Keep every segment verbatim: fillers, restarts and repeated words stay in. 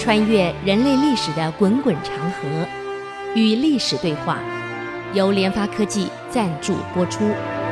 穿越人类历史的滚滚长河，与历史对话，由联发科技赞助播出。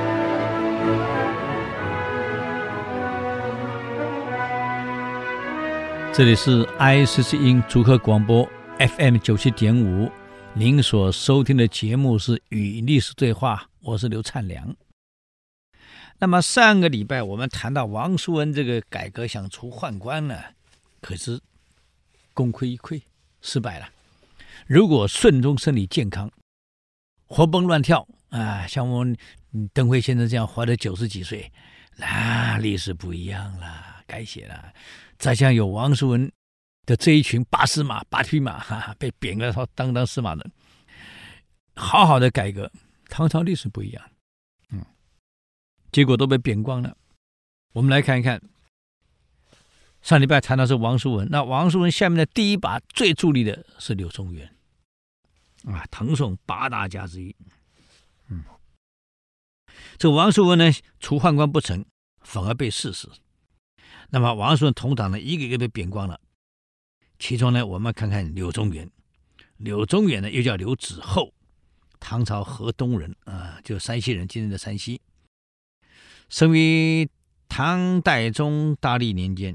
这里是 I C C 音竹科广播 F M 九七点五，您所收听的节目是与历史对话，我是刘灿良。那么上个礼拜我们谈到王叔文这个改革想除宦官呢，可是功亏一篑，失败了。如果顺中身体健康，活蹦乱跳啊，像我们邓辉先生这样活到九十几岁，那历史不一样了，改写了。再像有王叔文的这一群八司马、八匹马，哈哈，被贬了当当司马的，好好的改革，唐朝历史不一样，嗯，结果都被贬光了。我们来看一看，上礼拜谈到是王叔文，那王叔文下面的第一把最助力的是柳宗元，啊，唐宋八大家之一。嗯，这王叔文呢，除宦官不成，反而被赐死。那么王叔文同党呢，一个一个被贬光了。其中呢，我们看看柳宗元。柳宗元呢，又叫柳子厚，唐朝河东人啊，就山西人，今天的山西。生于唐代宗大历年间，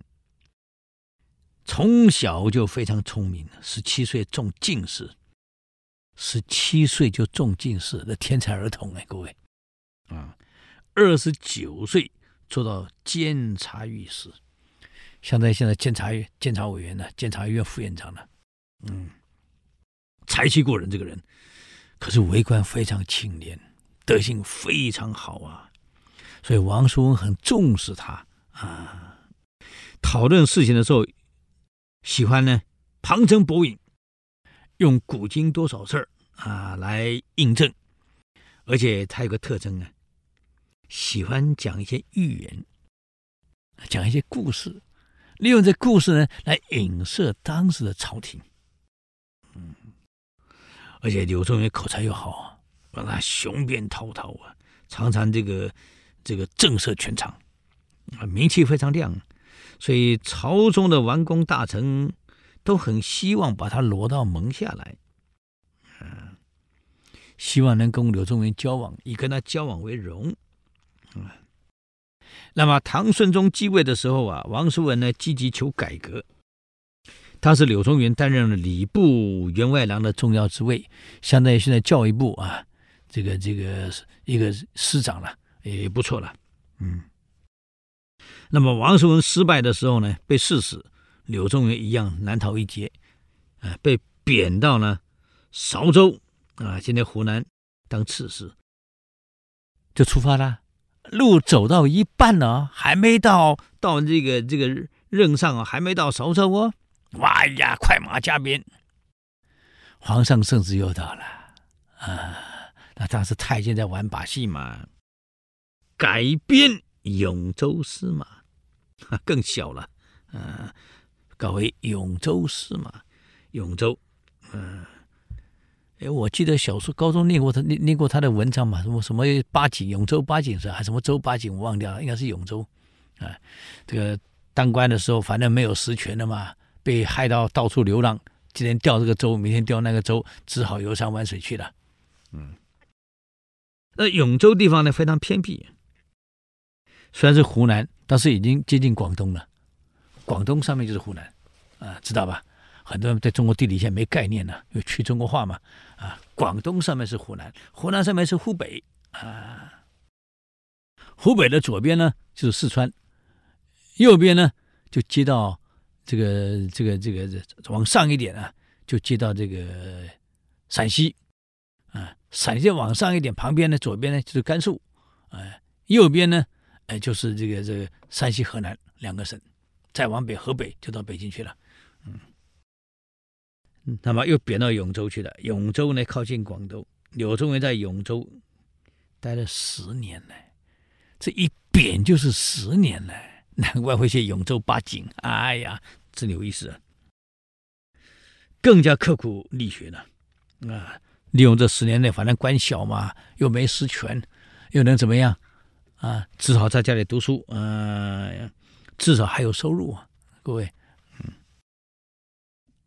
从小就非常聪明，十七岁中进士，十七岁就中进士的天才儿童哎，各位啊，二十九岁做到监察御史。像在现在监察院、监察委员呢，监察院副院长呢，嗯，才气过人这个人，可是为官非常清廉，德行非常好啊，所以王叔文很重视他啊。讨论事情的时候，喜欢呢旁征博引，用古今多少事啊来印证，而且他有个特征啊，喜欢讲一些寓言，讲一些故事。利用这故事呢，来影射当时的朝廷。嗯，而且柳宗元口才又好啊，让他雄辩滔滔啊，常常这个这个震慑全场啊，名气非常亮，所以朝中的王公大臣都很希望把他罗到门下来，嗯，希望能跟柳宗元交往，以跟他交往为荣。嗯。那么唐顺宗继位的时候啊，王叔文呢积极求改革，他是柳宗元担任了礼部员外郎的重要职位，相当于现在教育部啊，这个这个一个司长了，也不错了。嗯，那么王叔文失败的时候呢，被赐死，柳宗元一样难逃一劫，啊，被贬到呢韶州啊，现在湖南当刺史，就出发了。路走到一半呢，还没到到这个这个任上啊，还没到韶州哦，哇呀，快马加鞭，皇上圣旨又到了啊！那当时太监在玩把戏嘛，改编永州司马，更小了，啊，搞为永州司马，永州，嗯、啊。哎，我记得小时候高中念过他念念过他的文章嘛，什么什么八景，永州八景是还什么州八景，我忘掉了，应该是永州啊。这个当官的时候，反正没有实权的嘛，被害到到处流浪，今天调这个州，明天调那个州，只好游山玩水去了。嗯，那永州地方呢非常偏僻，虽然是湖南，但是已经接近广东了。广东上面就是湖南啊，知道吧？很多人在中国地理现在没概念呢，因为去中国化嘛。啊，广东上面是湖南，湖南上面是湖北啊。湖北的左边呢就是四川，右边呢就接到这个这个这个往上一点啊，就接到这个陕西啊。陕西往上一点，旁边呢左边呢就是甘肃，啊，右边呢哎就是这个这个山西、河南两个省，再往北河北就到北京去了，嗯。那么又贬到永州去了。永州呢靠近广州，柳宗元在永州待了十年呢，这一贬就是十年呢，难怪会写永州八景。哎呀，真有意思啊！更加刻苦力学了啊！利用这十年内，反正官小嘛，又没实权，又能怎么样啊？只好在家里读书啊，至少还有收入啊，各位。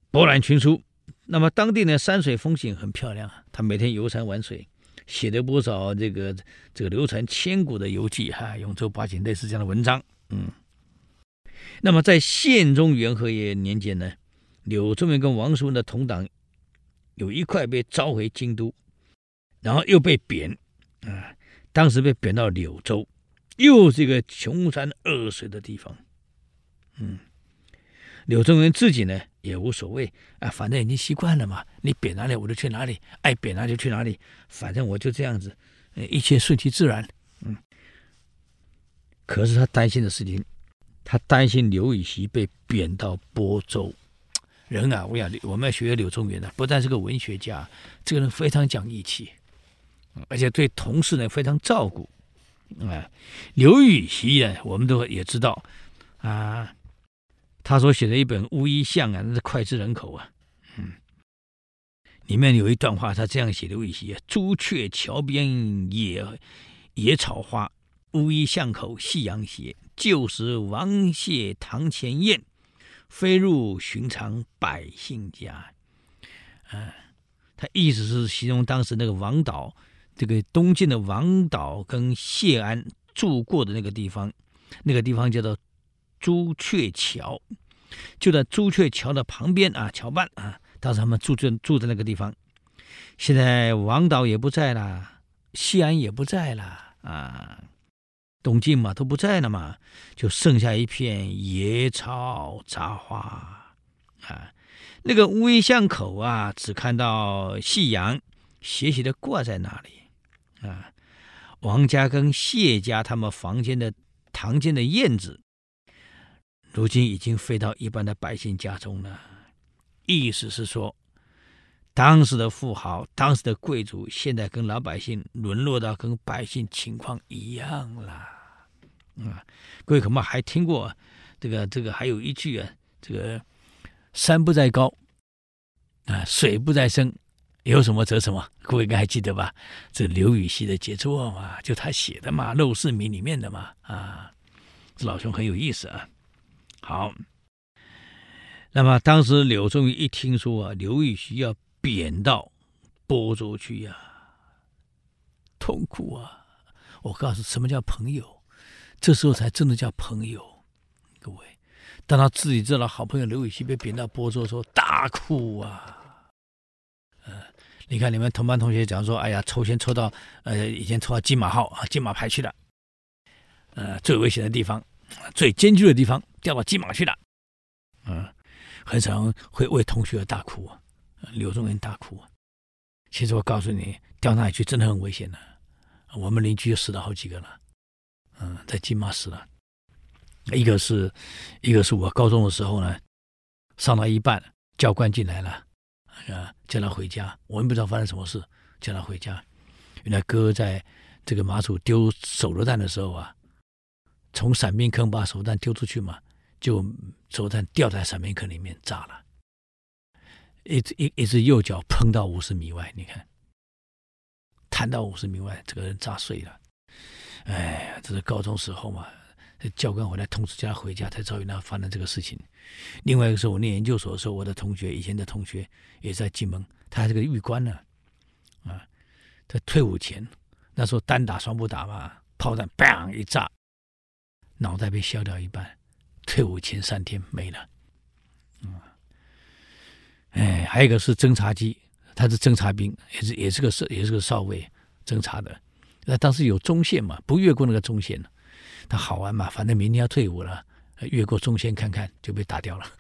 博览群书。那么当地呢，山水风景很漂亮，他每天游山玩水，写了不少这个这个流传千古的游记哈，永州八景类似这样的文章。嗯，那么在宪宗元和爷年间呢，柳宗元跟王叔文的同党有一块被召回京都，然后又被贬啊，当时被贬到柳州，又是一个穷山恶水的地方。嗯。柳宗元自己呢也无所谓啊，反正已经习惯了嘛，你贬哪里我就去哪里，爱贬哪里就去哪里，反正我就这样子，一切顺其自然。嗯，可是他担心的事情，他担心刘禹锡被贬到播州。人啊，我想我们要学柳宗元的，不但是个文学家，这个人非常讲义气，而且对同事呢非常照顾。啊，刘禹锡啊，我们都也知道啊。他所写的一本《乌衣巷》啊，那是脍炙人口啊。嗯，里面有一段话，他这样写刘禹锡啊：朱雀桥边野野草花，乌衣巷口夕阳斜。旧时王谢堂前燕，飞入寻常百姓家。啊，他意思是形容当时那个王导，这个东晋的王导跟谢安住过的那个地方，那个地方叫做朱雀桥，就在朱雀桥的旁边啊，桥畔啊，当时他们住住住在那个地方。现在王导也不在了，谢安也不在了啊，东晋嘛都不在了嘛，就剩下一片野草杂花啊。那个乌衣巷口啊，只看到夕阳斜斜的挂在那里啊。王家跟谢家他们房间的堂间的燕子，如今已经飞到一般的百姓家中了。意思是说，当时的富豪，当时的贵族，现在跟老百姓沦落到跟百姓情况一样了。啊，各位恐怕还听过这个这个还有一句啊，这个山不在高啊，水不在深，有什么则什么。各位应该还记得吧？这刘禹锡的杰作嘛，就他写的嘛，《陋室铭》里面的嘛。啊，这老兄很有意思啊。好，那么当时柳宗元一听说啊，刘禹锡要贬到播州去呀、啊，痛苦啊！我告诉什么叫朋友，这时候才真的叫朋友。各位，当他自己知道好朋友刘禹锡被贬到播州的时候，大哭啊！呃，你看你们同班同学讲说，哎呀，抽签抽到呃，以前抽到金马号啊，金马牌去了，呃，最危险的地方，最艰巨的地方，调到金马去了，嗯、呃，很少人会为同学而大哭啊。柳宗元大哭啊！其实我告诉你，调那里去真的很危险的、啊。我们邻居就死了好几个了，嗯，在金马死了。一个是，一个是我高中的时候呢，上到一半，教官进来了，啊，叫他回家。我们不知道发生什么事，叫他回家。原来哥在这个马祖丢手榴弹的时候啊，从伞兵坑把手榴弹丢出去嘛，就手榴弹掉在伞兵坑里面炸了。一一一只右脚碰到五十米外，你看，弹到五十米外，这个人炸碎了。哎呀，这是高中时候嘛，教官回来通知叫他回家，才知道原来发生这个事情。另外一个是我念研究所的时候，我的同学，以前的同学也在金门，他还是个狱官呢，啊，他退伍前那时候单打双不打嘛，炮弹 bang 一炸，脑袋被削掉一半，退伍前三天没了，嗯。哎，还有一个是侦察机，他是侦察兵，也是也是个也是个少尉，侦察的。那当时有中线嘛，不越过那个中线，他好玩嘛，反正明天要退伍了，越过中线看看就被打掉了，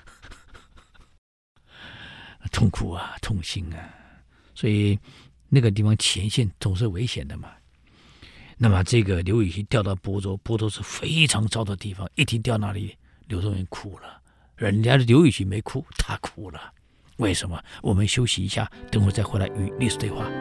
痛苦啊，痛心啊。所以那个地方前线总是危险的嘛。那么这个刘禹锡调到播州，播州是非常糟的地方，一提调那里，柳宗元哭了，人家刘禹锡没哭，他哭了。为什么？我们休息一下，等会儿再回来与历史对话。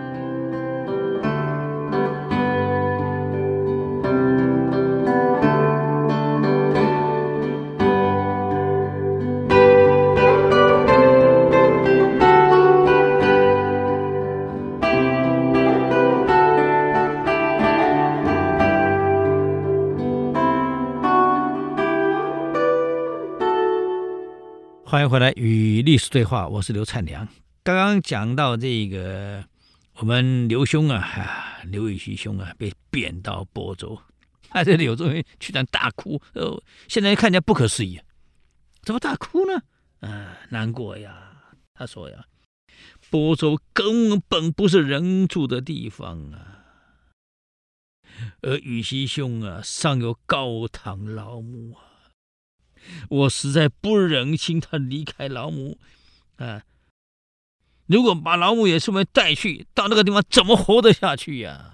欢迎回来与历史对话，我是刘灿良。刚刚讲到这个，我们刘兄啊，啊刘禹锡兄啊，被贬到播州，他这柳宗元居然大哭，呃，现在看起来不可思议，怎么大哭呢？啊，难过呀。他说呀，播州根本不是人住的地方啊，而禹锡兄啊，上有高堂老母啊。我实在不忍心他离开老母啊！如果把老母也顺便带去，到那个地方怎么活得下去呀？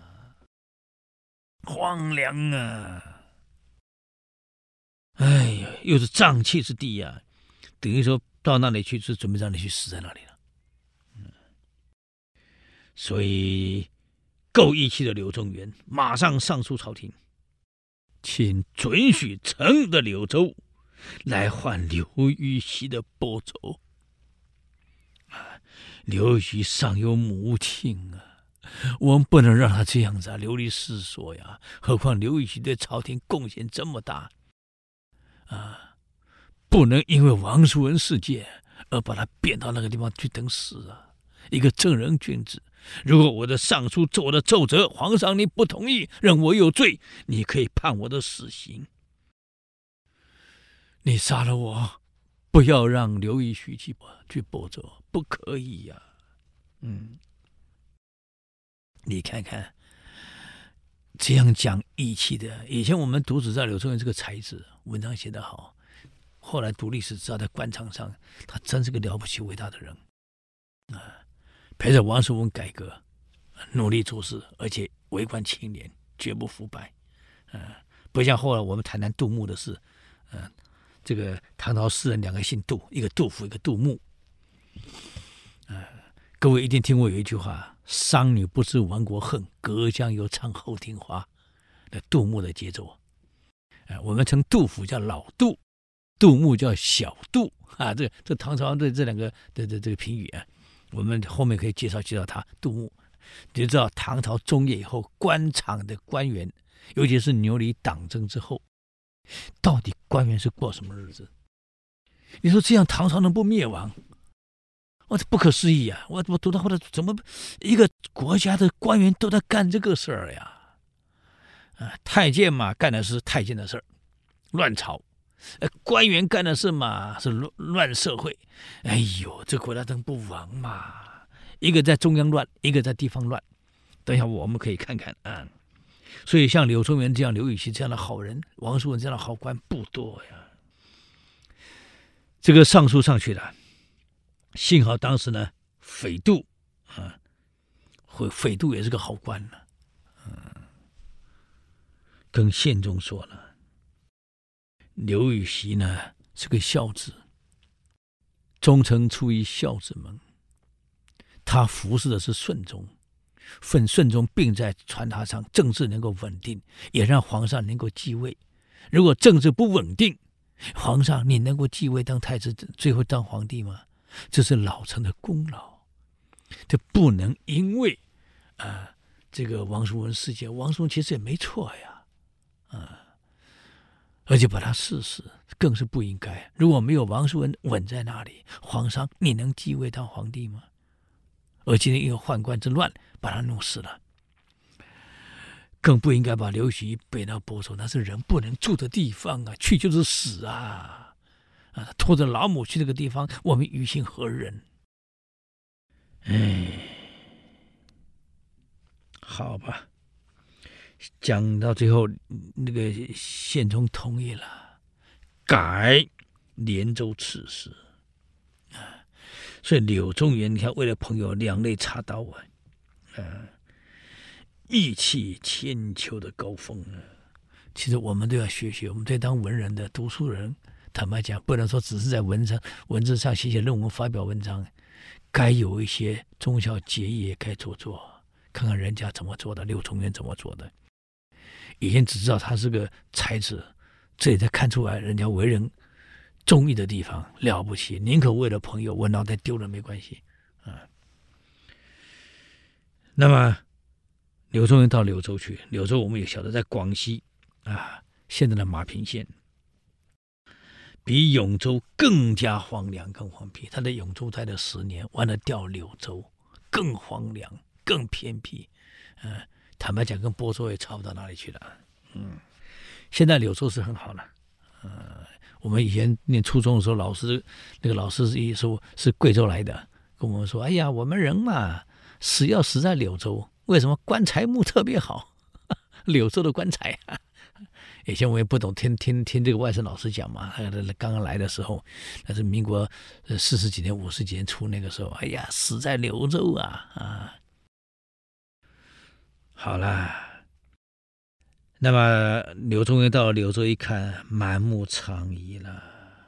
荒凉啊！哎呀，又是瘴气之地呀、啊，等于说到那里去是准备让你去死在那里了。嗯、所以够义气的柳宗元马上上书朝廷，请准许陈的柳州来换刘禹锡的播州。刘禹锡上有母亲啊，我们不能让他这样子啊流离失所呀。何况刘禹锡对朝廷贡献这么大啊，不能因为王叔文事件而把他贬到那个地方去等死啊。一个正人君子，如果我的上书做我的奏折，皇上你不同意，认我有罪，你可以判我的死刑。你杀了我，不要让刘禹锡去去播州，不可以呀、啊。嗯，你看看，这样讲义气的。以前我们读只知道柳宗元这个才子，文章写得好，后来读历史知道在官场上，他真是个了不起伟大的人啊！陪着王叔文改革，努力做事，而且为官清廉，绝不腐败。啊，不像后来我们谈谈杜牧的事，嗯、啊。这个唐朝诗人两个姓杜，一个杜甫，一个杜牧。呃，各位一定听过有一句话：“商女不知亡国恨，隔江犹唱后庭花。”那杜牧的节奏。呃，我们称杜甫叫老杜，杜牧叫小杜啊。这这唐朝的这两个的的这个评语啊，我们后面可以介绍介绍他。杜牧，你就知道唐朝中叶以后，官场的官员，尤其是牛李党争之后。到底官员是过什么日子？你说这样唐朝能不灭亡？我这不可思议啊！我我读到后来，怎么一个国家的官员都在干这个事儿呀？啊，太监嘛，干的是太监的事儿，乱朝；呃，官员干的事嘛，是乱乱社会。哎呦，这国家能不亡嘛？一个在中央乱，一个在地方乱。等一下我们可以看看啊。所以像柳宗元这样、刘禹锡这样的好人，王叔文这样的好官不多呀。这个上书上去了，幸好当时呢，匪度啊，匪度也是个好官呢、啊，嗯，跟宪宗说了，刘禹锡呢是个孝子，忠诚出于孝子门，他服侍的是顺宗。奉顺宗并在传他上，政治能够稳定，也让皇上能够继位。如果政治不稳定，皇上你能够继位当太子，最后当皇帝吗？这是老臣的功劳，这不能因为啊、呃、这个王叔文事件，王叔文其实也没错呀，啊、呃，而且把他赐死更是不应该。如果没有王叔文稳在那里，皇上你能继位当皇帝吗？而今天因为宦官之乱把他弄死了，更不应该把刘禹锡贬到播州，那是人不能住的地方啊，去就是死啊！啊，拖着老母去那个地方，我们于心何忍？哎，好吧，讲到最后，那个宪宗同意了，改连州刺史。所以柳宗元，你看，为了朋友两肋插刀啊，呃，义气千秋的高峰啊！其实我们都要学学，我们这当文人的读书人，坦白讲，不能说只是在文章文字上写写论文、发表文章，该有一些忠孝节义该做做，看看人家怎么做的，柳宗元怎么做的。以前只知道他是个才子，这也才看出来人家为人忠义的地方了不起，宁可为了朋友我脑袋丢了没关系啊。那么柳宗元到柳州去，柳州我们也晓得在广西啊，现在的马平县。 比永州更加荒凉更荒僻。他在永州待了十年，完了调柳州，更荒凉更偏僻。嗯、呃，坦白讲跟播州也差不到哪里去了。嗯，现在柳州是很好了。呃，我们以前念初中的时候，老师那个老师是说是贵州来的，跟我们说，哎呀，我们人嘛死要死在柳州，为什么棺材木特别好？柳州的棺材啊。以前我也不懂，听听听这个外省老师讲嘛。他刚刚来的时候，那是民国四十几年、五十几年初那个时候，哎呀，死在柳州啊啊！好啦，那么柳宗元到了柳州一看，满目疮痍了，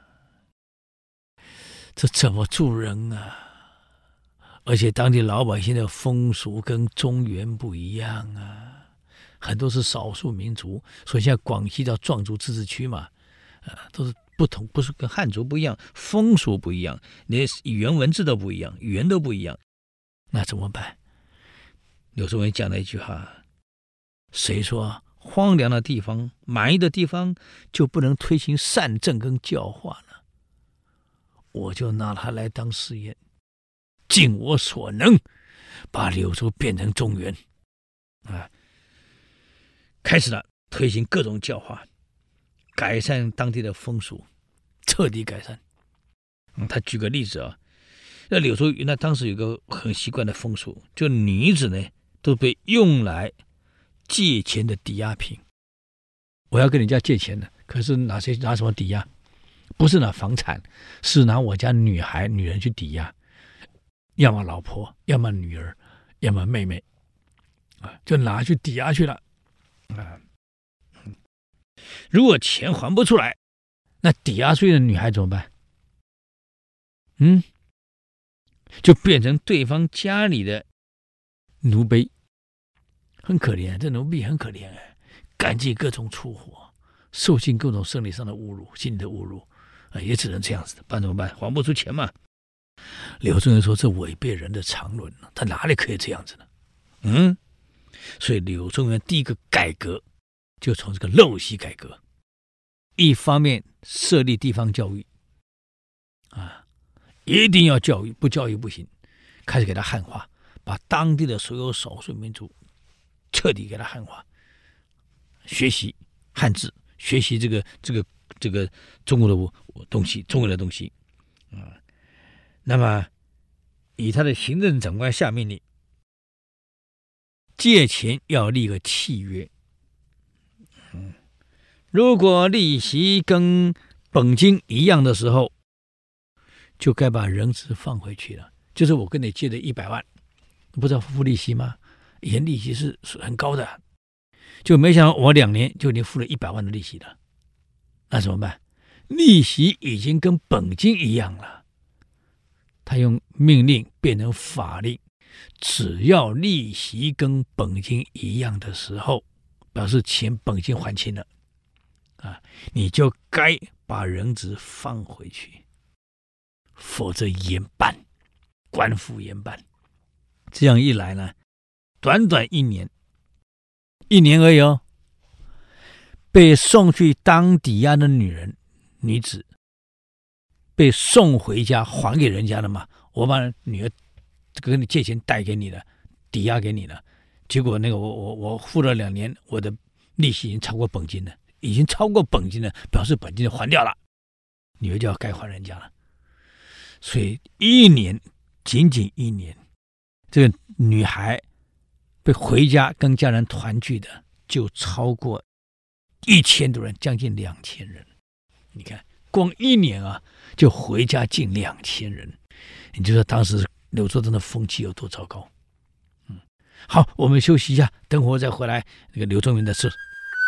这怎么住人啊？而且当地老百姓的风俗跟中原不一样啊。很多是少数民族，所以现在广西叫壮族自治区嘛，呃，都是不同，不是跟汉族不一样，风俗不一样，连语言文字都不一样，语言都不一样，那怎么办？柳宗元讲了一句话：谁说荒凉的地方、满意的地方就不能推行善政跟教化呢？我就拿它来当试验，尽我所能，把柳州变成中原啊！开始了推行各种教化，改善当地的风俗，彻底改善。嗯，他举个例子啊，那柳州那当时有个很习惯的风俗，就女子呢都被用来借钱的抵押品。我要跟人家借钱的，可是拿谁拿什么抵押？不是拿房产，是拿我家女孩女人去抵押，要么老婆，要么女儿，要么妹妹，啊，就拿去抵押去了。啊，如果钱还不出来，那抵押出去的女孩怎么办？嗯，就变成对方家里的奴婢，很可怜。这奴婢很可怜哎，干尽各种粗活，受尽各种生理上的侮辱、心理的侮辱，啊，也只能这样子的。不然怎么办？还不出钱嘛。柳宗元说：“这违背人的常伦，他哪里可以这样子呢？”嗯。所以柳宗元第一个改革就从这个陋习改革，一方面设立地方教育啊，一定要教育，不教育不行，开始给他汉化，把当地的所有少数民族彻底给他汉化，学习汉字，学习这个这个这个中国的东西，中国的东西啊。那么以他的行政长官下命令，借钱要立个契约，嗯，如果利息跟本金一样的时候，就该把人质放回去了。就是我跟你借的一百万，不知道付利息吗？以前利息是很高的，就没想到我两年就已经付了一百万的利息了，那怎么办？利息已经跟本金一样了，他用命令变成法令。只要利息跟本金一样的时候，表示钱本金还清了啊，你就该把人质放回去，否则严办，官府严办。这样一来呢，短短一年，一年而已哦，被送去当抵押的女人、女子被送回家还给人家了嘛？我把女儿跟你借钱贷给你了，抵押给你了，结果那个我我我付了两年，我的利息已经超过本金了，已经超过本金了，表示本金就还掉了，女儿就要该还人家了。所以一年，仅仅一年，这个女孩被回家跟家人团聚的就超过一千多人，将近两千人。你看，光一年啊，就回家近两千人，你就说当时柳州镇的风气有多糟糕。嗯，好，我们休息一下，等会儿再回来那个柳宗元的事。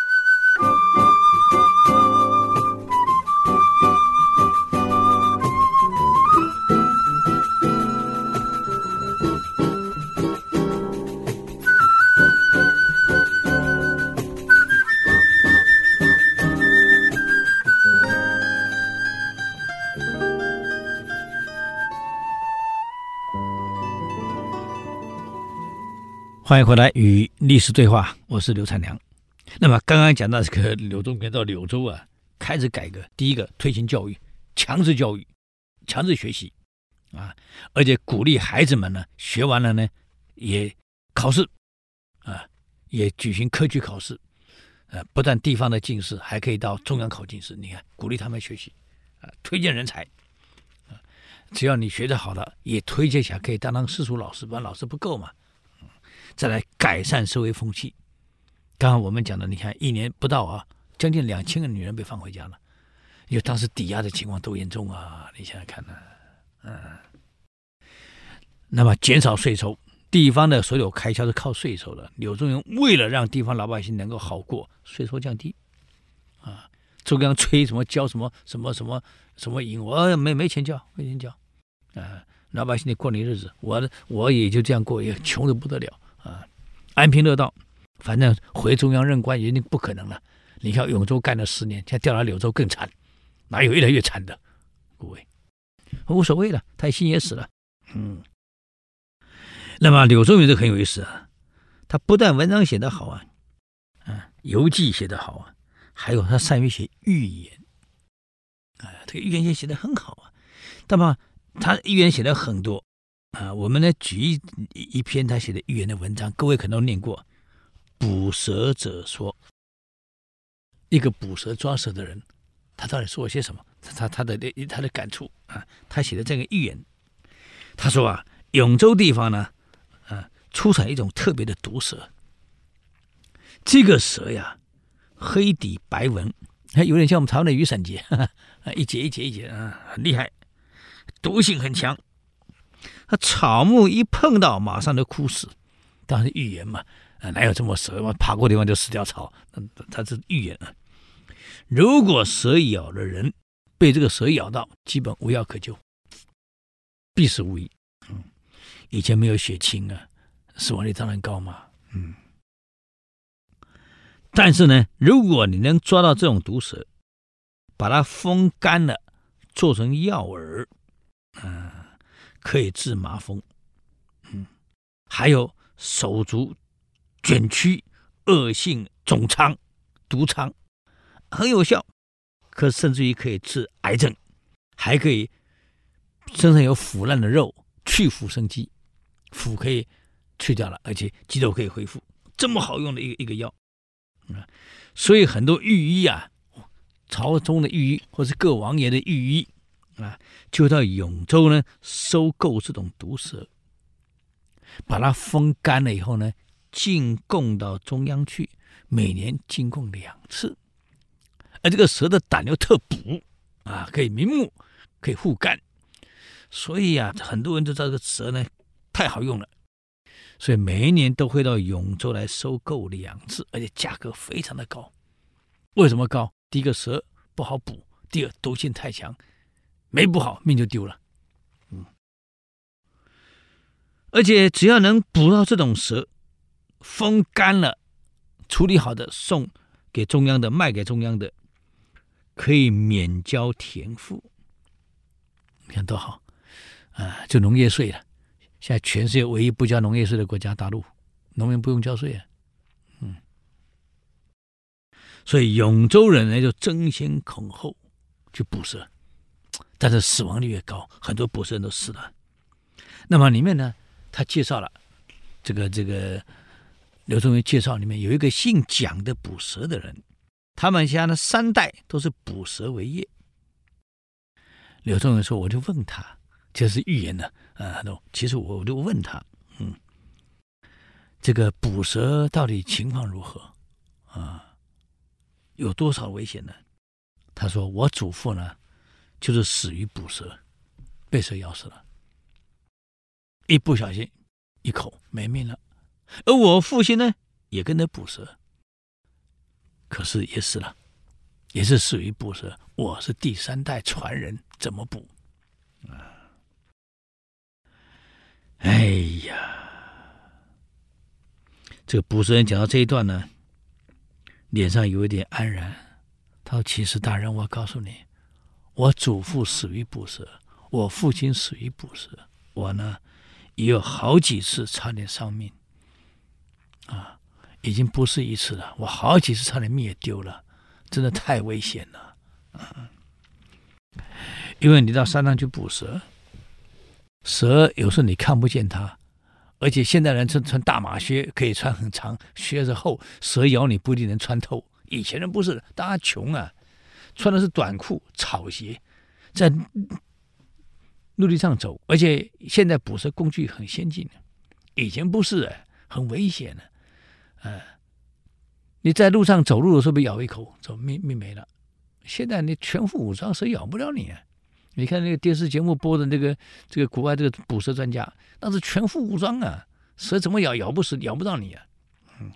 欢迎回来与历史对话，我是刘灿良。那么刚刚讲到这个柳宗元到柳州啊， 开始改革，第一个推行教育，强制教育，强制学习啊，而且鼓励孩子们呢学完了呢也考试啊，也举行科举考试，呃，不但地方的进士，还可以到中央考进士。你看，鼓励他们学习啊，推荐人才啊，只要你学得好的，也推荐起来可以当当世俗老师，不然老师不够嘛。再来改善社会风气，刚刚我们讲的，你看一年不到啊，将近两千个女人被放回家了，因为当时抵押的情况多严重啊！你想想看呢、啊，嗯，那么减少税收，地方的所有开销是靠税收的。柳宗元为了让地方老百姓能够好过，税收降低啊，中央吹什么交什么什么什么什么银，我没没钱交，没钱交啊，老百姓你过你日子，我我也就这样过，也穷得不得了啊，安贫乐道。反正回中央任官已经不可能了。你看永州干了十年，现在调到柳州更惨，哪有越来越惨的？各位，无所谓了，他心也死了。嗯，那么柳宗元这很有意思啊，他不但文章写得好啊，啊，游记写得好啊，还有他善于写寓言，啊，这个寓言也写得很好啊。那么他寓言写得很多啊，我们呢举一一篇他写的寓言的文章，各位可能都念过。捕蛇者说，一个捕蛇抓蛇的人，他到底说了些什么？他他的他的感触啊，他写的这个寓言，他说啊，永州地方呢，啊，出产一种特别的毒蛇。这个蛇呀，黑底白纹，有点像我们台湾的雨伞节，哈哈，一节一节一节啊，很厉害，毒性很强。它草木一碰到，马上就枯死。当然是寓言嘛。啊，哪有这么蛇嘛？爬过地方就死掉草，它是寓言啊。如果蛇咬了人，被这个蛇咬到，基本无药可救，必死无疑。嗯，以前没有血清啊，死亡率当然高嘛。嗯，但是呢，如果你能抓到这种毒蛇，把它风干了，做成药饵，嗯，可以治麻风。嗯，还有手足卷曲、恶性肿疮、毒疮，很有效，可甚至于可以治癌症，还可以身上有腐烂的肉去腐生肌，腐可以去掉了，而且肌肉可以恢复，这么好用的一个一个药、嗯、所以很多御医啊，朝中的御医或是各王爷的御医啊，就到永州呢收购这种毒蛇，把它风干了以后呢，进贡到中央去，每年进贡两次。而这个蛇的胆又特补啊，可以明目，可以护肝，所以啊，很多人都知道这个蛇呢太好用了，所以每一年都会到永州来收购两次，而且价格非常的高。为什么高？第一个蛇不好捕，第二毒性太强，没捕好命就丢了。嗯，而且只要能捕到这种蛇，风干了，处理好的送给中央的，卖给中央的，可以免交田赋。你看多好啊！就农业税了，现在全世界唯一不交农业税的国家，大陆农民不用交税啊。嗯，所以永州人呢就争先恐后去捕蛇，但是死亡率越高，很多捕蛇人都死了。那么里面呢，他介绍了这个这个柳宗元介绍里面有一个姓蒋的捕蛇的人，他们家呢三代都是捕蛇为业。柳宗元说，我就问他，这是预言呢啊，其实我就问他，嗯，这个捕蛇到底情况如何啊？有多少危险呢？他说，我祖父呢就是死于捕蛇，被蛇咬死了，一不小心一口没命了。而我父亲呢也跟着捕蛇，可是也死了，也是死于捕蛇。我是第三代传人，怎么捕啊？哎呀，这个捕蛇人讲到这一段呢，脸上有一点安然。他说，其实大人，我告诉你，我祖父死于捕蛇，我父亲死于捕蛇，我呢也有好几次差点丧命啊，已经不是一次了，我好几次差点命也丢了，真的太危险了因为你到山上去捕蛇，蛇有时候你看不见它，而且现代人穿穿大马靴可以穿很长，靴子厚，蛇咬你不一定能穿透。以前人不是，大家穷啊，穿的是短裤、草鞋，在陆地上走，而且现在捕蛇工具很先进，以前不是、啊、很危险的、啊呃，你在路上走路的时候被咬一口，走命命没了。现在你全副武装，蛇咬不了你啊！你看那个电视节目播的那个这个国外这个捕蛇专家，那是全副武装啊，蛇怎么咬咬不死，咬不到你啊！嗯，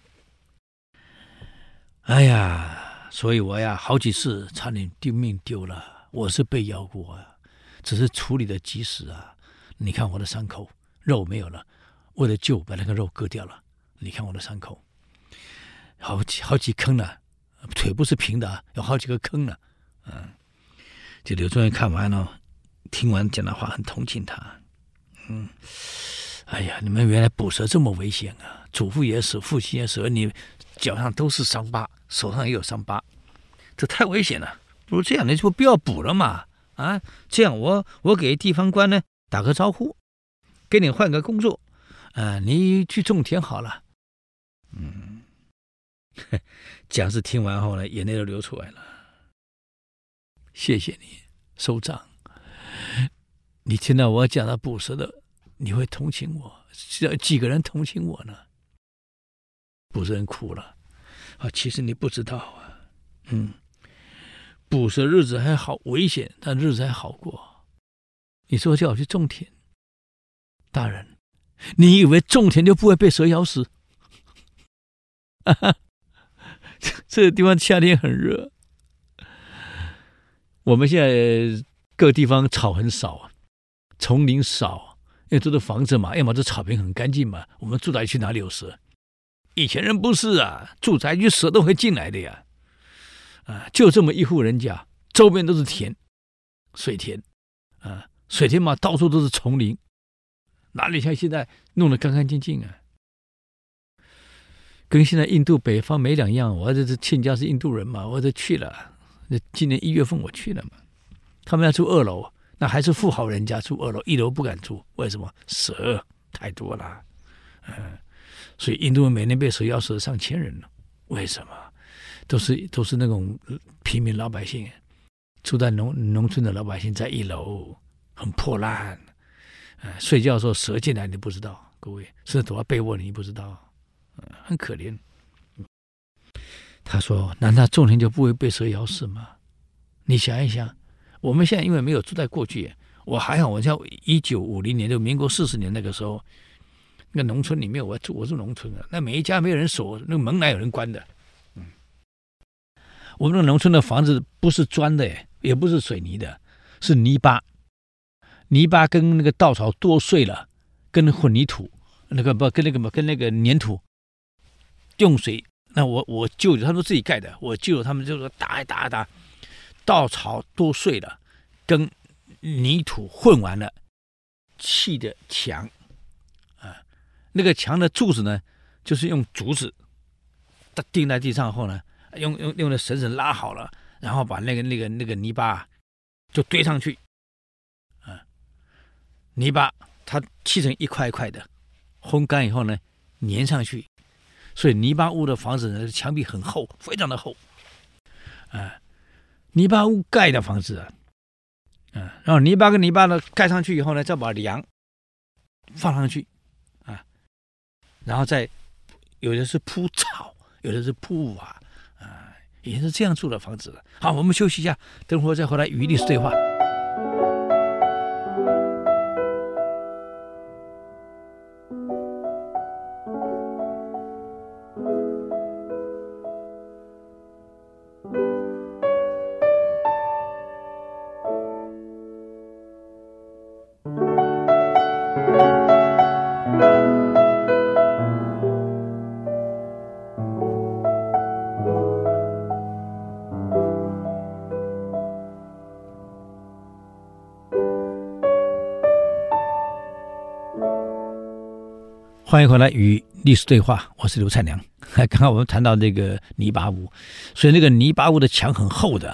哎呀，所以我呀好几次差点丢命丢了，我是被咬过啊，只是处理的及时啊。你看我的伤口，肉没有了，为了救把那个肉割掉了。你看我的伤口，好几好几坑了、啊，腿不是平的、啊，有好几个坑了、啊。嗯。这刘仲元看完了，听完讲的话，很同情他。嗯，哎呀，你们原来捕蛇这么危险啊！祖父也死，父亲也死，你脚上都是伤疤，手上也有伤疤，这太危险了。不如这样，你就不要捕了嘛！啊，这样我我给地方官呢打个招呼，给你换个工作，啊，你去种田好了。嗯，蒋氏听完后呢，眼泪都流出来了。谢谢你，首长。你听到我讲到捕蛇的，你会同情我？几个人同情我呢？捕蛇人哭了。啊，其实你不知道啊，嗯，捕蛇日子还好，危险，但日子还好过。你说叫我去种田，大人，你以为种田就不会被蛇咬死？哈哈，这个地方夏天很热。我们现在各地方草很少啊，丛林少，因为都是房子嘛，要么这草坪很干净嘛。我们住宅区哪里有蛇？以前人不是啊，住宅区蛇都会进来的呀。啊，就这么一户人家，周边都是田，水田，啊，水田嘛，到处都是丛林，哪里像现在弄得干干净净啊？跟现在印度北方没两样。我这是亲家是印度人嘛，我这去了。今年一月份我去了嘛，他们要住二楼，那还是富豪人家住二楼，一楼不敢住，为什么？蛇太多了，嗯，所以印度人每年被蛇咬死上千人了。为什么？都是都是那种平民老百姓，住在农农村的老百姓在一楼，很破烂，嗯，睡觉的时候蛇进来你不知道，各位，蛇躲在被窝里你不知道，嗯，很可怜。他说：“难道种田就不会被蛇咬死吗？你想一想，我们现在因为没有住在过去，我还好，我在一九五零年，就民国四十年那个时候，那个农村里面我住，我住农村啊，那每一家没有人锁，那个门哪有人关的？嗯，我们那个农村的房子不是砖的，也不是水泥的，是泥巴，泥巴跟那个稻草剁碎了，跟混凝土，那个不跟那个跟那个粘土，用水。”那我我舅舅他们自己盖的，我舅舅他们就说打一打一打，稻草剁碎了，跟泥土混完了，砌的墙，啊，那个墙的柱子呢，就是用竹子钉在地上后呢，用用用的绳子拉好了，然后把那个那个那个泥巴就堆上去，啊，泥巴它砌成一块一块的，烘干以后呢，粘上去。所以泥巴屋的房子呢，墙壁很厚，非常的厚，啊，泥巴屋盖的房子啊，啊，然后泥巴跟泥巴呢盖上去以后呢，再把梁放上去，啊，然后再有的是铺草，有的是铺瓦，啊，也是这样住的房子。好，我们休息一下，等会儿再回来与历史对话。欢迎回来与历史对话，我是刘灿良。刚刚我们谈到这个泥巴屋，所以那个泥巴屋的墙很厚的，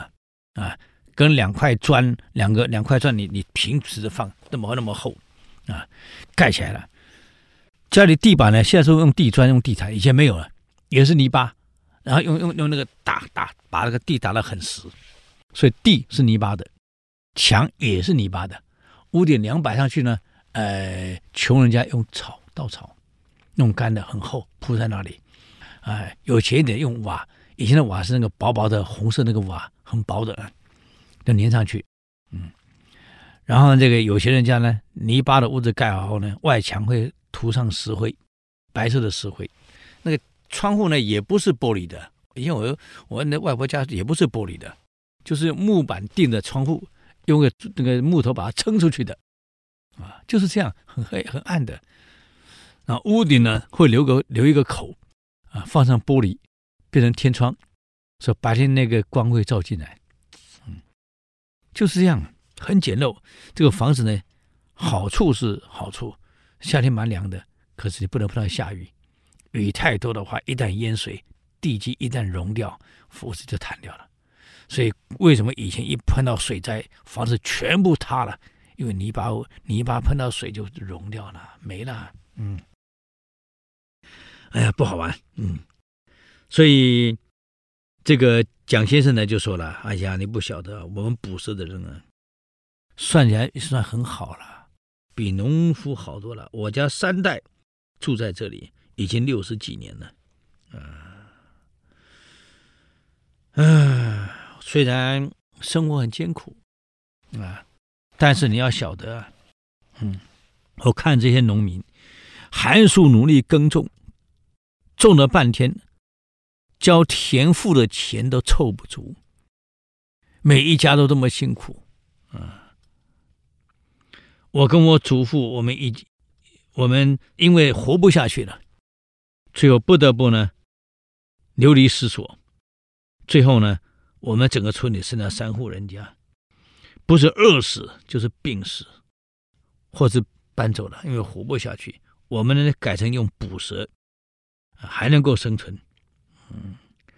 啊，跟两块砖，两个两块砖你你平直的放，那么那么厚啊，盖起来了。家里地板呢，现在是用地砖用地毯，以前没有了，也是泥巴，然后用用用那个打打把那个地打得很实，所以地是泥巴的，墙也是泥巴的，屋顶梁摆上去呢，呃，穷人家用草稻草弄干的很厚铺在那里，哎、呃，有钱一点用瓦，以前的瓦是那个薄薄的红色那个瓦，很薄的，就粘上去，嗯，然后这个有钱人家呢，泥巴的屋子盖好后呢，外墙会涂上石灰，白色的石灰，那个窗户呢也不是玻璃的，以前我我那外婆家也不是玻璃的，就是木板钉的窗户，用个那个木头把它撑出去的，啊，就是这样，很黑很暗的。然后屋顶呢会留个留一个口，啊，放上玻璃，变成天窗，所以白天那个光会照进来，嗯，就是这样，很简陋。这个房子呢，好处是好处。夏天蛮凉的，可是你不能碰到下雨，雨太多的话，一旦淹水，地基一旦融掉，房子就塌掉了。所以为什么以前一碰到水灾，房子全部塌了？因为泥巴泥巴碰到水就融掉了，没了。嗯，哎呀，不好玩。嗯，所以这个蒋先生呢就说了：“哎呀，你不晓得，我们捕蛇的人啊，算起来算很好了。”比农夫好多了。我家三代住在这里，已经六十几年了。啊，啊，虽然生活很艰苦啊，但是你要晓得啊，嗯，我看这些农民寒暑努力耕种，种了半天，交田赋的钱都凑不足，每一家都这么辛苦啊。我跟我祖父，我们一我们因为活不下去了，最后不得不呢流离失所。最后呢，我们整个村里剩下三户人家，不是饿死就是病死，或是搬走了，因为活不下去。我们呢改成用捕蛇，还能够生存。嗯，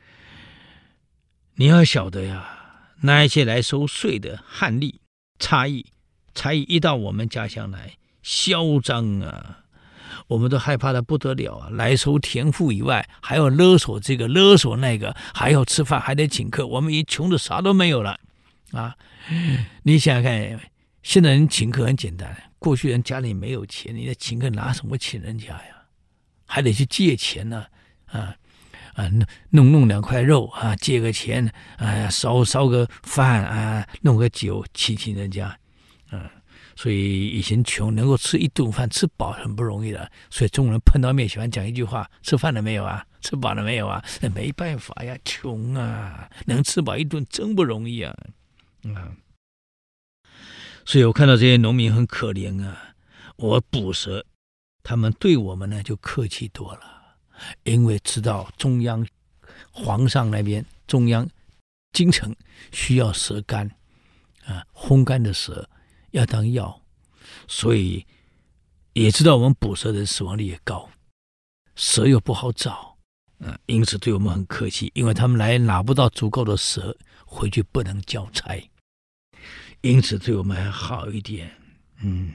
你要晓得呀，那一些来收税的汉吏差役。差役一到我们家乡来，嚣张啊，我们都害怕的不得了啊！来收田赋以外，还要勒索这个勒索那个，还要吃饭，还得请客，我们已经穷的啥都没有了啊！你想想看，现在人请客很简单，过去人家里没有钱，你的请客拿什么请人家呀？还得去借钱呢，啊！啊，弄弄两块肉啊，借个钱啊，烧烧个饭啊，弄个酒请请人家。嗯，所以以前穷，能够吃一顿饭吃饱很不容易的。所以中国人碰到面喜欢讲一句话：吃饭了没有啊？吃饱了没有啊？那没办法呀，穷啊，能吃饱一顿真不容易啊。嗯，所以我看到这些农民很可怜啊，我捕蛇，他们对我们呢就客气多了，因为知道中央皇上那边中央京城需要蛇干啊，烘干的蛇要当药，所以也知道我们捕蛇的死亡率也高，蛇又不好找，啊，因此对我们很客气，因为他们来拿不到足够的蛇，回去不能交差，因此对我们还好一点。嗯，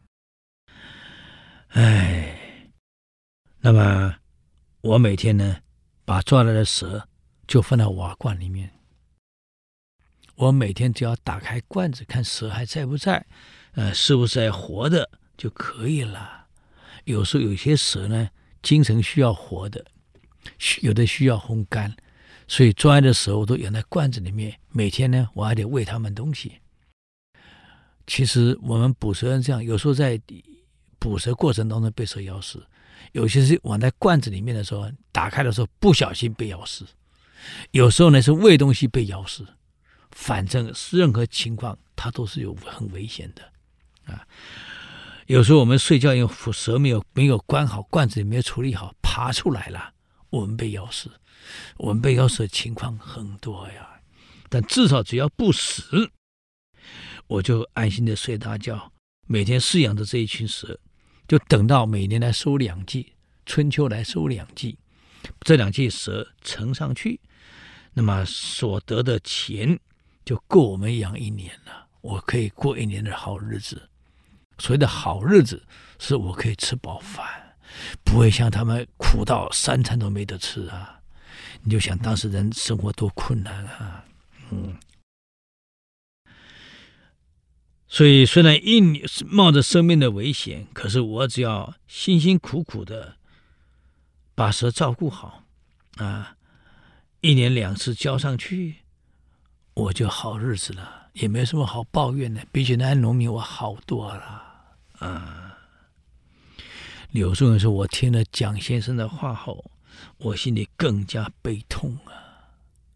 哎，那么我每天呢，把抓来的蛇就放到瓦罐里面。我每天只要打开罐子看蛇还在不在，呃，是不是还活的就可以了。有时候有些蛇呢，精神需要活的，有的需要烘干，所以抓来的蛇我都养在罐子里面。每天呢，我还得喂它们东西。其实我们捕蛇人这样，有时候在捕蛇过程当中被蛇咬死，有些是往在罐子里面的时候，打开的时候不小心被咬死，有时候呢是喂东西被咬死。反正任何情况它都是有很危险的啊！有时候我们睡觉，因为蛇没有没有关好，罐子里没有处理好，爬出来了，我们被咬死。我们被咬死的情况很多呀，但至少只要不死，我就安心的睡大觉。每天饲养着这一群蛇，就等到每年来收两季，春秋来收两季，这两季蛇乘上去，那么所得的钱就够我们养一年了，我可以过一年的好日子。所谓的好日子，是我可以吃饱饭，不会像他们苦到三餐都没得吃啊！你就想当时人生活多困难啊！嗯，所以虽然一冒着生命的危险，可是我只要辛辛苦苦的把蛇照顾好啊，一年两次交上去，我就好日子了，也没什么好抱怨的。比起那些农民，我好多了。啊，柳宗元说：“我听了蒋先生的话后，我心里更加悲痛啊。”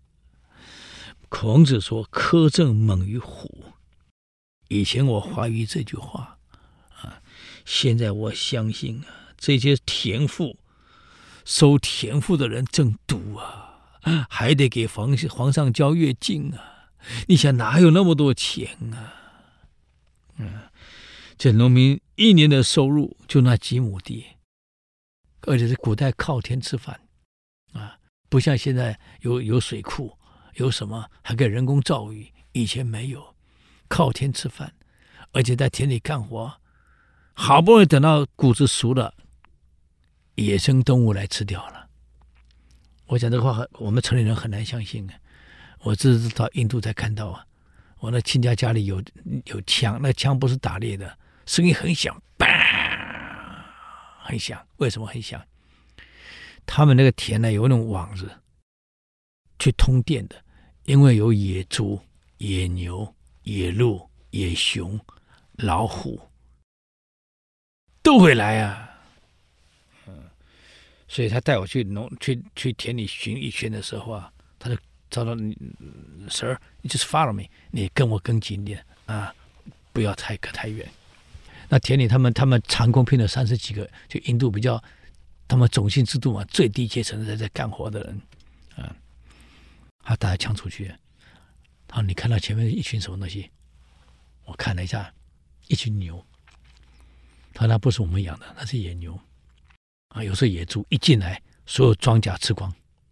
孔子说：“苛政猛于虎。”以前我怀疑这句话啊，现在我相信啊，这些田赋收田赋的人正毒啊，还得给皇皇上交月经啊！你想哪有那么多钱啊？嗯。这农民一年的收入就那几亩地，而且是古代靠天吃饭啊，不像现在有有水库，有什么还可以人工造雨，以前没有，靠天吃饭，而且在田里干活，好不容易等到谷子熟了，野生动物来吃掉了。我讲这个话，我们城里人很难相信啊。我这次到印度才看到啊，我那亲家家里有有枪，那枪不是打猎的。声音很响，砰，很响。为什么很响？他们那个田呢，有那种网子去通电的，因为有野猪、野牛、野鹿、野熊、老虎都会来啊。嗯，所以他带我去农去去田里巡一圈的时候啊，他就找到你 ，Sir， 你 just follow me， 你跟我跟紧点啊，不要太隔太远。那田里他们他们长工聘了三十几个，就印度比较他们种姓制度嘛，最低阶层在在干活的人，啊，他打枪出去，他说你看到前面一群什么东西？我看了一下，一群牛。他说那不是我们养的，那是野牛，啊，有时候野猪一进来，所有庄稼吃光，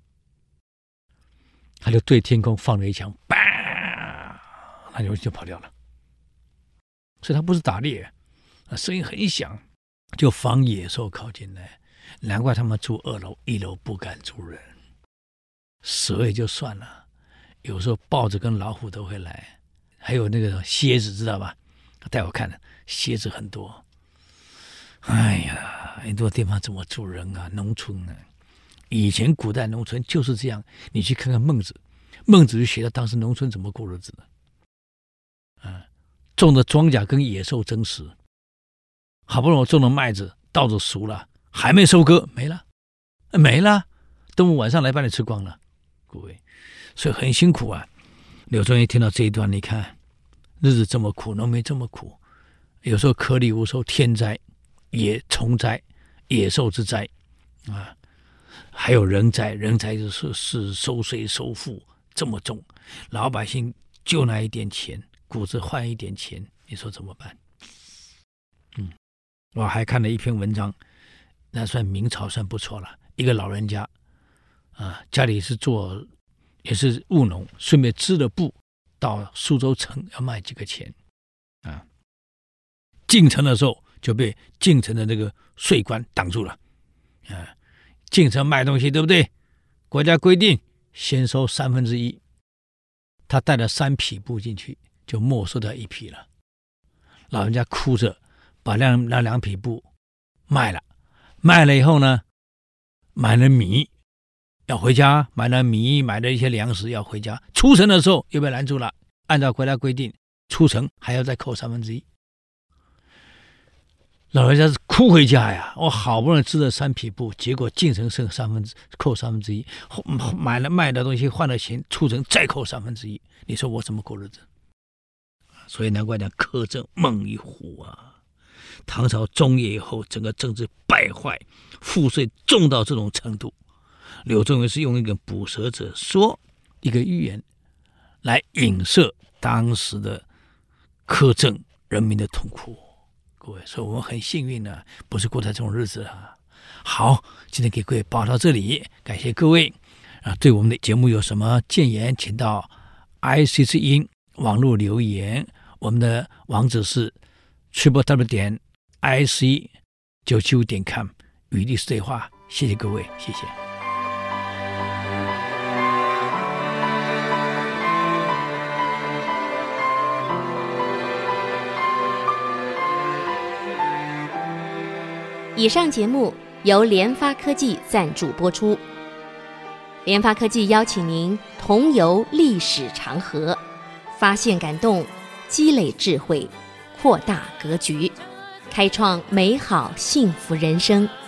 他就对天空放了一枪，叭，那牛就跑掉了。所以他不是打猎。声音很响，就防野兽靠近来，难怪他们住二楼，一楼不敢住人。蛇也就算了，有时候豹子跟老虎都会来，还有那个蝎子，知道吧？他带我看了，蝎子很多。哎呀，很多地方怎么住人啊？农村啊，以前古代农村就是这样。你去看看孟子，孟子就写到当时农村怎么过日子的。啊，种的庄稼跟野兽争食。好不容易种的麦子稻子熟了，还没收割，没了，没了，动物晚上来把你吃光了，各位，所以很辛苦啊。柳宗元听到这一段，你看日子这么苦，农民这么苦，有时候颗粒无收，天灾、野虫灾、野兽之灾啊，还有人灾，人灾就是是收税收赋这么重，老百姓就那一点钱，谷子换一点钱，你说怎么办？嗯。我还看了一篇文章，那算明朝算不错了。一个老人家，啊，家里是做也是务农，顺便织了布到苏州城要卖几个钱，啊，进城的时候就被进城的那个税官挡住了，啊，进城卖东西对不对？国家规定先收三分之一，他带了三匹布进去，就没收掉一匹了。老人家哭着。把那那两匹布卖了，卖了以后呢，买了米要回家，买了米，买了一些粮食要回家。出城的时候又被拦住了，按照国家规定，出城还要再扣三分之一。老人家是哭回家呀！我好不容易织了三匹布，结果进城剩三分之扣三分之一，买了卖的东西换了钱，出城再扣三分之一。你说我怎么过日子？所以难怪讲苛政猛于虎啊！唐朝中叶以后，整个政治败坏，赋税重到这种程度。柳宗元是用一个捕蛇者说一个寓言来影射当时的苛政人民的痛苦。各位，所以我们很幸运呢、啊，不是过在这种日子啊。好，今天给各位报到这里，感谢各位啊！对我们的节目有什么建言，请到 I C C 音网络留言，我们的网址是 triple w 点 i c 九七五点 com 与历史对话。谢谢各位，谢谢。 以上节目由联发科技赞助播出。联发科技邀请您同游历史长河，发现感动，积累智慧，扩大格局，开创美好幸福人生。